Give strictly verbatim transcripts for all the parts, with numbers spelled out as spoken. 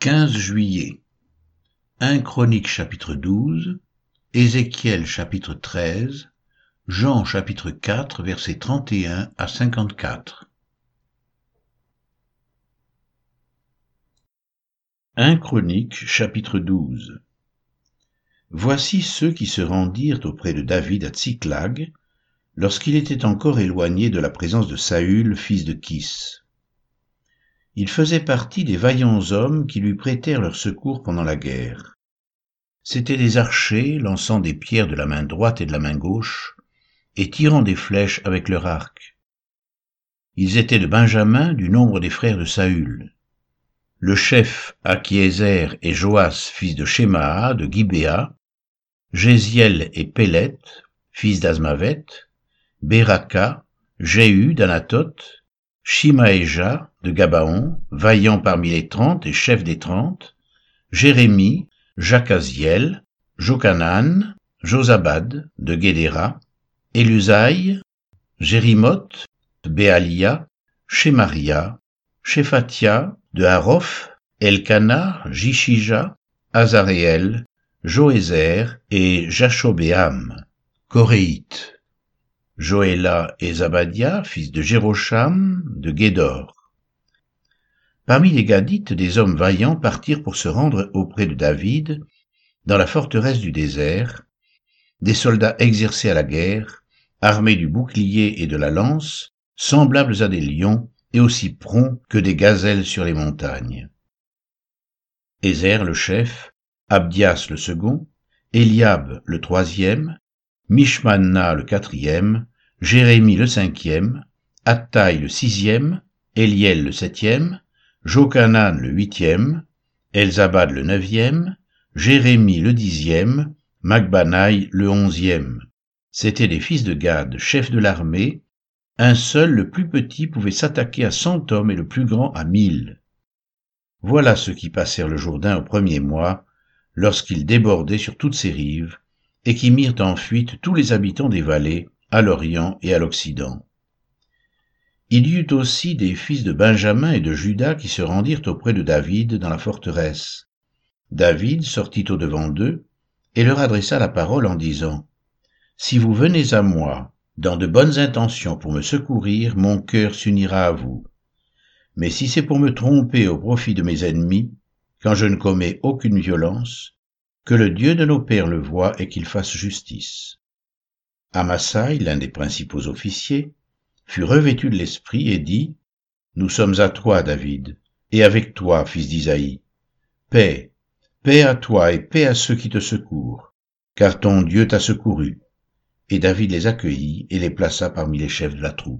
quinze juillet. un Chroniques chapitre douze, Ézéchiel chapitre treize, Jean chapitre quatre versets trente et un à cinquante-quatre. un Chroniques chapitre douze. Voici ceux qui se rendirent auprès de David à Tsiklag, lorsqu'il était encore éloigné de la présence de Saül, fils de Kis. Il faisait partie des vaillants hommes qui lui prêtèrent leur secours pendant la guerre. C'étaient des archers lançant des pierres de la main droite et de la main gauche, et tirant des flèches avec leur arc. Ils étaient de Benjamin, du nombre des frères de Saül. Le chef Akiézer et Joas, fils de Shemaha, de Gibéa, Jéziel et Pélet, fils d'Azmavet, Beraka, Jéhu d'Anathoth, Shimaéja de Gabaon, vaillant parmi les trente et chef des trente, Jérémie, Jacaziel, Jokanan, Josabad de Guédéra, Élusaï, Jérimoth, Béalia, Shemaria, Shephatia de Haroph, Elkana, Jishija, Azaréel, Joézer et Jashobéam, Coréites. Joéla et Zabadia, fils de Jérocham, de Guédor. Parmi les Gadites, des hommes vaillants partirent pour se rendre auprès de David, dans la forteresse du désert, des soldats exercés à la guerre, armés du bouclier et de la lance, semblables à des lions et aussi prompts que des gazelles sur les montagnes. Ézer le chef, Abdias le second, Eliab le troisième, Mishmanna le quatrième, Jérémie le cinquième, Attaï le sixième, Eliel le septième, Jokanan le huitième, Elzabad le neuvième, Jérémie le dixième, Magbanaï le onzième. C'étaient des fils de Gad, chefs de l'armée. Un seul, le plus petit, pouvait s'attaquer à cent hommes et le plus grand à mille. Voilà ceux qui passèrent le Jourdain au premier mois, lorsqu'il débordait sur toutes ses rives, et qui mirent en fuite tous les habitants des vallées, à l'Orient et à l'Occident. Il y eut aussi des fils de Benjamin et de Juda qui se rendirent auprès de David dans la forteresse. David sortit au-devant d'eux et leur adressa la parole en disant : « Si vous venez à moi dans de bonnes intentions pour me secourir, mon cœur s'unira à vous. Mais si c'est pour me tromper au profit de mes ennemis, quand je ne commets aucune violence, que le Dieu de nos pères le voie et qu'il fasse justice. » Amasaï, l'un des principaux officiers, fut revêtu de l'esprit et dit : « Nous sommes à toi, David, et avec toi, fils d'Isaïe. Paix, paix à toi et paix à ceux qui te secourent, car ton Dieu t'a secouru. » Et David les accueillit et les plaça parmi les chefs de la troupe.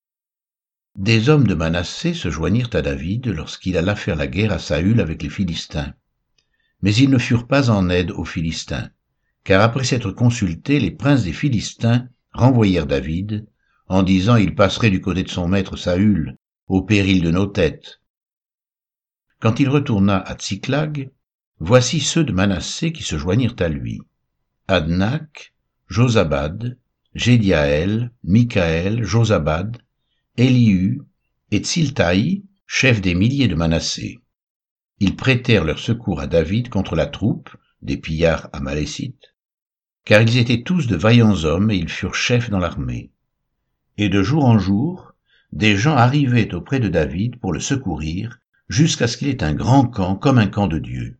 Des hommes de Manassé se joignirent à David lorsqu'il alla faire la guerre à Saül avec les Philistins. Mais ils ne furent pas en aide aux Philistins, car après s'être consultés, les princes des Philistins renvoyèrent David, en disant : « Il passerait du côté de son maître Saül, au péril de nos têtes. » Quand il retourna à Tsiklag, voici ceux de Manassé qui se joignirent à lui : Adnak, Josabad, Jédiaël, Mikaël, Josabad, Élihu et Tsiltaï, chefs des milliers de Manassé. Ils prêtèrent leur secours à David contre la troupe des pillards amalécites, car ils étaient tous de vaillants hommes et ils furent chefs dans l'armée. Et de jour en jour, des gens arrivaient auprès de David pour le secourir, jusqu'à ce qu'il ait un grand camp comme un camp de Dieu.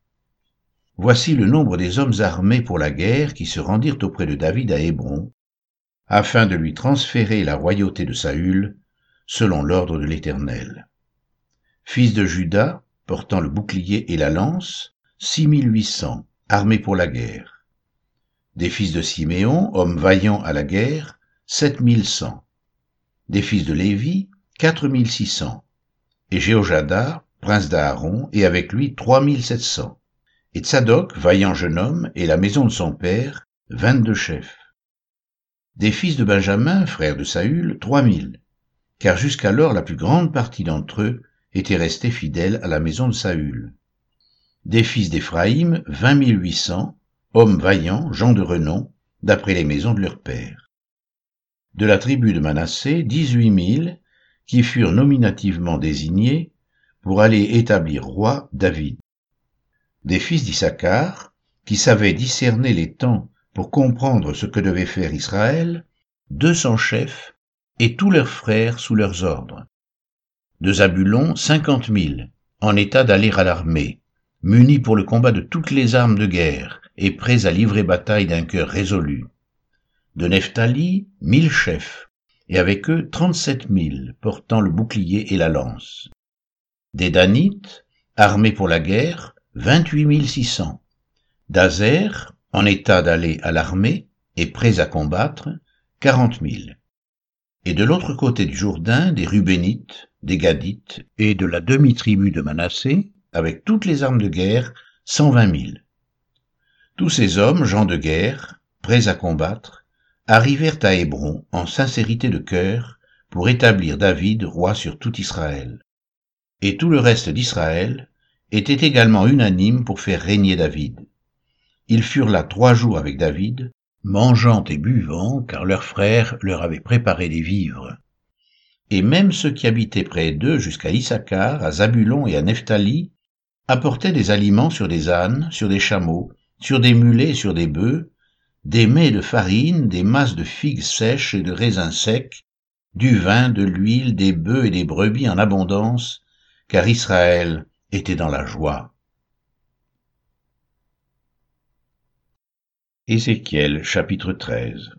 Voici le nombre des hommes armés pour la guerre qui se rendirent auprès de David à Hébron, afin de lui transférer la royauté de Saül, selon l'ordre de l'Éternel. Fils de Juda, portant le bouclier et la lance, six mille huit cents, armés pour la guerre. Des fils de Siméon, hommes vaillants à la guerre, sept mille cent. Des fils de Lévi, quatre mille six cents. Et Jéhojada, prince d'Aaron, et avec lui trois mille sept cents. Et Tsadok, vaillant jeune homme, et la maison de son père, vingt-deux chefs. Des fils de Benjamin, frère de Saül, trois mille, car jusqu'alors la plus grande partie d'entre eux étaient restés fidèles à la maison de Saül. Des fils d'Éphraïm, vingt mille huit cents, hommes vaillants, gens de renom, d'après les maisons de leurs pères. De la tribu de Manassé, dix-huit mille, qui furent nominativement désignés pour aller établir roi David. Des fils d'Issachar, qui savaient discerner les temps pour comprendre ce que devait faire Israël, deux cents chefs et tous leurs frères sous leurs ordres. De Zabulon, cinquante mille, en état d'aller à l'armée, munis pour le combat de toutes les armes de guerre et prêts à livrer bataille d'un cœur résolu. De Nephtali, mille chefs, et avec eux trente-sept mille portant le bouclier et la lance. Des Danites, armés pour la guerre, vingt-huit mille six cents. D'Azer, en état d'aller à l'armée et prêts à combattre, quarante mille. Et de l'autre côté du Jourdain, des Rubénites, des Gadites et de la demi-tribu de Manassé, avec toutes les armes de guerre, cent vingt mille. Tous ces hommes, gens de guerre, prêts à combattre, arrivèrent à Hébron en sincérité de cœur pour établir David roi sur tout Israël. Et tout le reste d'Israël était également unanime pour faire régner David. Ils furent là trois jours avec David, mangeant et buvant, car leurs frères leur avaient préparé des vivres. Et même ceux qui habitaient près d'eux jusqu'à Issachar, à Zabulon et à Nephtali, apportaient des aliments sur des ânes, sur des chameaux, sur des mulets et sur des bœufs, des mets de farine, des masses de figues sèches et de raisins secs, du vin, de l'huile, des bœufs et des brebis en abondance, car Israël était dans la joie. Ézéchiel chapitre treize.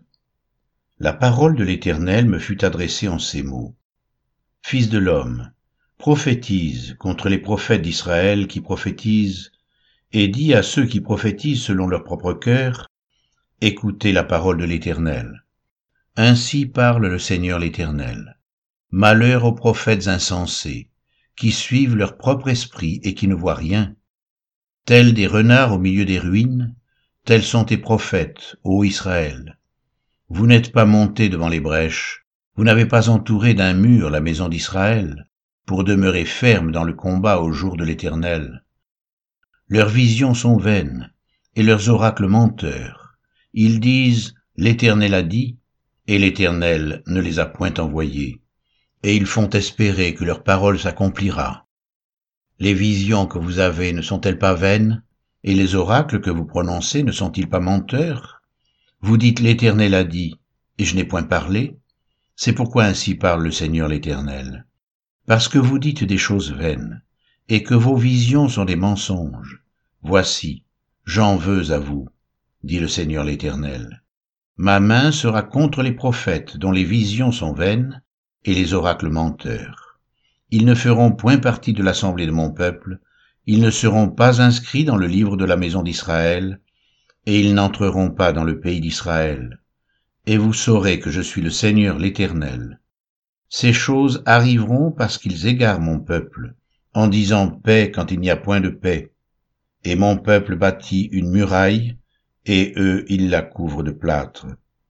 La parole de l'Éternel me fut adressée en ces mots. Fils de l'homme, prophétise contre les prophètes d'Israël qui prophétisent, et dis à ceux qui prophétisent selon leur propre cœur, écoutez la parole de l'Éternel. Ainsi parle le Seigneur l'Éternel. Malheur aux prophètes insensés, qui suivent leur propre esprit et qui ne voient rien. Tels des renards au milieu des ruines, tels sont tes prophètes, ô Israël. Vous n'êtes pas montés devant les brèches, vous n'avez pas entouré d'un mur la maison d'Israël, pour demeurer ferme dans le combat au jour de l'Éternel. Leurs visions sont vaines, et leurs oracles menteurs. Ils disent, l'Éternel a dit, et l'Éternel ne les a point envoyés. Et ils font espérer que leur parole s'accomplira. Les visions que vous avez ne sont-elles pas vaines, et les oracles que vous prononcez ne sont-ils pas menteurs? Vous dites l'Éternel a dit, et je n'ai point parlé. C'est pourquoi ainsi parle le Seigneur l'Éternel. Parce que vous dites des choses vaines, et que vos visions sont des mensonges. Voici, j'en veux à vous, dit le Seigneur l'Éternel. Ma main sera contre les prophètes dont les visions sont vaines, et les oracles menteurs. Ils ne feront point partie de l'assemblée de mon peuple, ils ne seront pas inscrits dans le livre de la maison d'Israël, et ils n'entreront pas dans le pays d'Israël. Et vous saurez que je suis le Seigneur l'Éternel. Ces choses arriveront parce qu'ils égarent mon peuple, en disant paix quand il n'y a point de paix. Et mon peuple bâtit une muraille, et eux ils la couvrent de plâtre.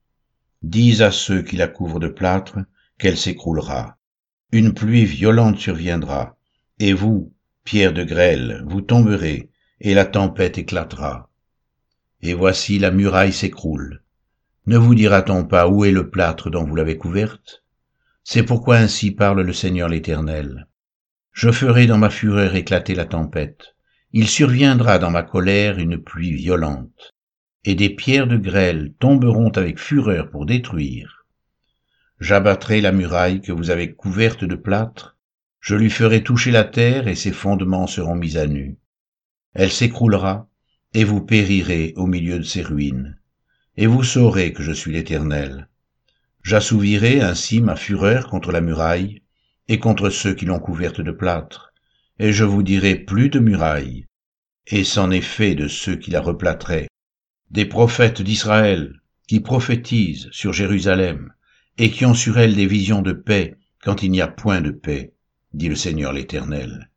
Dis à ceux qui la couvrent de plâtre qu'elle s'écroulera. Une pluie violente surviendra, et vous, pierres de grêle, vous tomberez, et la tempête éclatera. Et voici la muraille s'écroule. Ne vous dira-t-on pas où est le plâtre dont vous l'avez couverte? C'est pourquoi ainsi parle le Seigneur l'Éternel. Je ferai dans ma fureur éclater la tempête. Il surviendra dans ma colère une pluie violente, et des pierres de grêle tomberont avec fureur pour détruire. J'abattrai la muraille que vous avez couverte de plâtre, je lui ferai toucher la terre et ses fondements seront mis à nu. Elle s'écroulera, et vous périrez au milieu de ses ruines. Et vous saurez que je suis l'Éternel. J'assouvirai ainsi ma fureur contre la muraille, et contre ceux qui l'ont couverte de plâtre, et je vous dirai plus de muraille, et c'en est fait de ceux qui la replâtraient, des prophètes d'Israël, qui prophétisent sur Jérusalem, et qui ont sur elle des visions de paix, quand il n'y a point de paix, dit le Seigneur l'Éternel.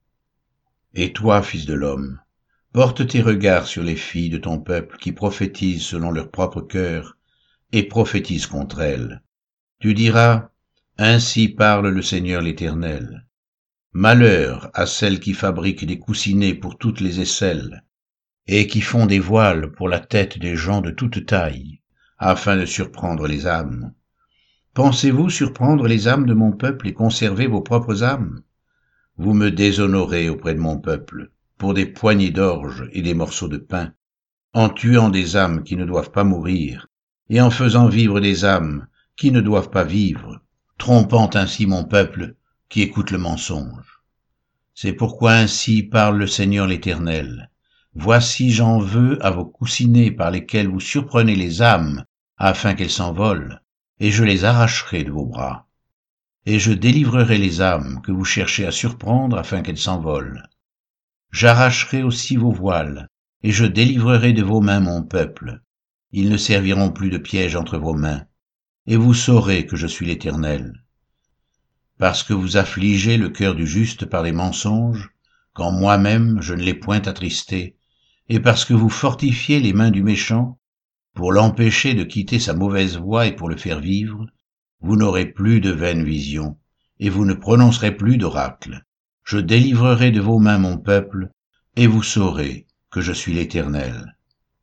Et toi, fils de l'homme, porte tes regards sur les filles de ton peuple qui prophétisent selon leur propre cœur, et prophétise contre elles. Tu diras, ainsi parle le Seigneur l'Éternel. Malheur à celles qui fabriquent des coussinets pour toutes les aisselles, et qui font des voiles pour la tête des gens de toute taille, afin de surprendre les âmes. Pensez-vous surprendre les âmes de mon peuple et conserver vos propres âmes? vous me déshonorez auprès de mon peuple, pour des poignées d'orge et des morceaux de pain, en tuant des âmes qui ne doivent pas mourir, et en faisant vivre des âmes qui ne doivent pas vivre, trompant ainsi mon peuple qui écoute le mensonge. C'est pourquoi ainsi parle le Seigneur l'Éternel. Voici j'en veux à vos coussinets par lesquels vous surprenez les âmes, afin qu'elles s'envolent, et je les arracherai de vos bras. Et je délivrerai les âmes que vous cherchez à surprendre afin qu'elles s'envolent. J'arracherai aussi vos voiles, et je délivrerai de vos mains mon peuple. Ils ne serviront plus de piège entre vos mains, et vous saurez que je suis l'Éternel. Parce que vous affligez le cœur du juste par les mensonges, quand moi-même je ne l'ai point attristé, et parce que vous fortifiez les mains du méchant, pour l'empêcher de quitter sa mauvaise voie et pour le faire vivre, vous n'aurez plus de vaines visions, et vous ne prononcerez plus d'oracles. Je délivrerai de vos mains mon peuple, et vous saurez que je suis l'Éternel.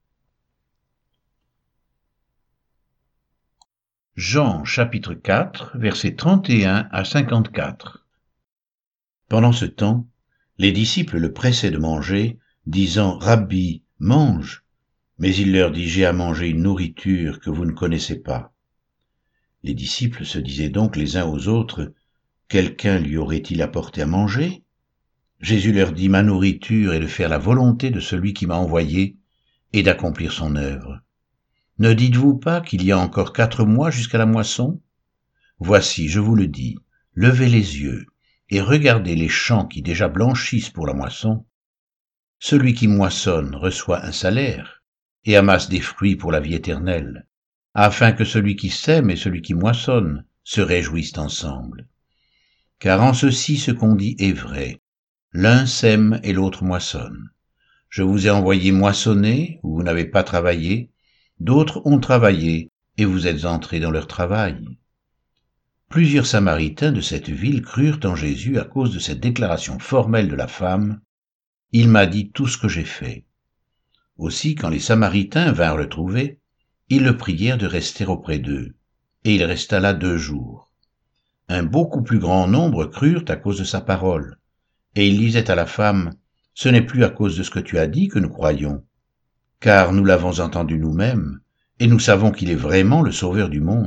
Jean chapitre quatre, versets trente et un à cinquante-quatre. Pendant ce temps, les disciples le pressaient de manger, disant « Rabbi, mange !» Mais il leur dit « J'ai à manger une nourriture que vous ne connaissez pas. » Les disciples se disaient donc les uns aux autres « Quelqu'un lui aurait-il apporté à manger ?» Jésus leur dit « Ma nourriture est de faire la volonté de celui qui m'a envoyé et d'accomplir son œuvre. Ne dites-vous pas qu'il y a encore quatre mois jusqu'à la moisson? Voici, je vous le dis, levez les yeux et regardez les champs qui déjà blanchissent pour la moisson. Celui qui moissonne reçoit un salaire et amasse des fruits pour la vie éternelle, afin que celui qui sème et celui qui moissonne se réjouissent ensemble. Car en ceci ce qu'on dit est vrai, l'un sème et l'autre moissonne. Je vous ai envoyé moissonner où vous n'avez pas travaillé, d'autres ont travaillé et vous êtes entrés dans leur travail. Plusieurs Samaritains de cette ville crurent en Jésus à cause de cette déclaration formelle de la femme. Il m'a dit tout ce que j'ai fait. Aussi, quand les Samaritains vinrent le trouver, ils le prièrent de rester auprès d'eux, et il resta là deux jours. Un beaucoup plus grand nombre crurent à cause de sa parole, et ils disaient à la femme, « Ce n'est plus à cause de ce que tu as dit que nous croyons, car nous l'avons entendu nous-mêmes, et nous savons qu'il est vraiment le Sauveur du monde. »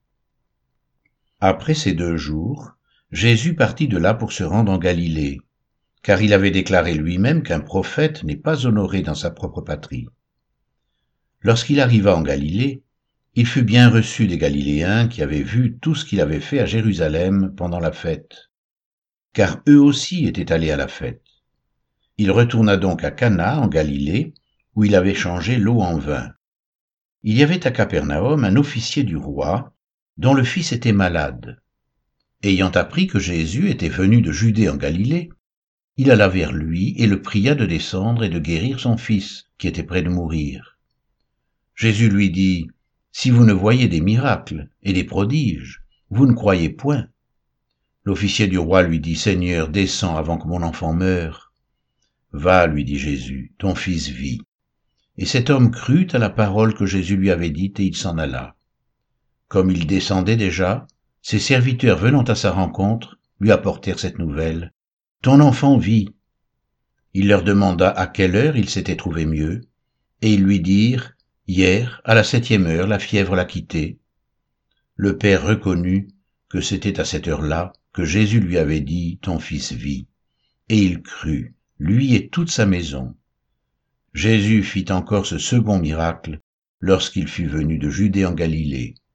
Après ces deux jours, Jésus partit de là pour se rendre en Galilée, car il avait déclaré lui-même qu'un prophète n'est pas honoré dans sa propre patrie. Lorsqu'il arriva en Galilée, il fut bien reçu des Galiléens qui avaient vu tout ce qu'il avait fait à Jérusalem pendant la fête, car eux aussi étaient allés à la fête. Il retourna donc à Cana en Galilée, où il avait changé l'eau en vin. Il y avait à Capernaum un officier du roi, dont le fils était malade. Ayant appris que Jésus était venu de Judée en Galilée, il alla vers lui et le pria de descendre et de guérir son fils, qui était près de mourir. Jésus lui dit, « Si vous ne voyez des miracles et des prodiges, vous ne croyez point. » L'officier du roi lui dit, « Seigneur, descends avant que mon enfant meure. » « Va, lui dit Jésus, ton fils vit. » Et cet homme crut à la parole que Jésus lui avait dite et il s'en alla. Comme il descendait déjà, ses serviteurs venant à sa rencontre lui apportèrent cette nouvelle. « Ton enfant vit. » Il leur demanda à quelle heure il s'était trouvé mieux, et ils lui dirent, « Hier, à la septième heure, la fièvre l'a quitté. » Le père reconnut que c'était à cette heure-là que Jésus lui avait dit, « Ton fils vit. » Et il crut, lui et toute sa maison. Jésus fit encore ce second miracle lorsqu'il fut venu de Judée en Galilée,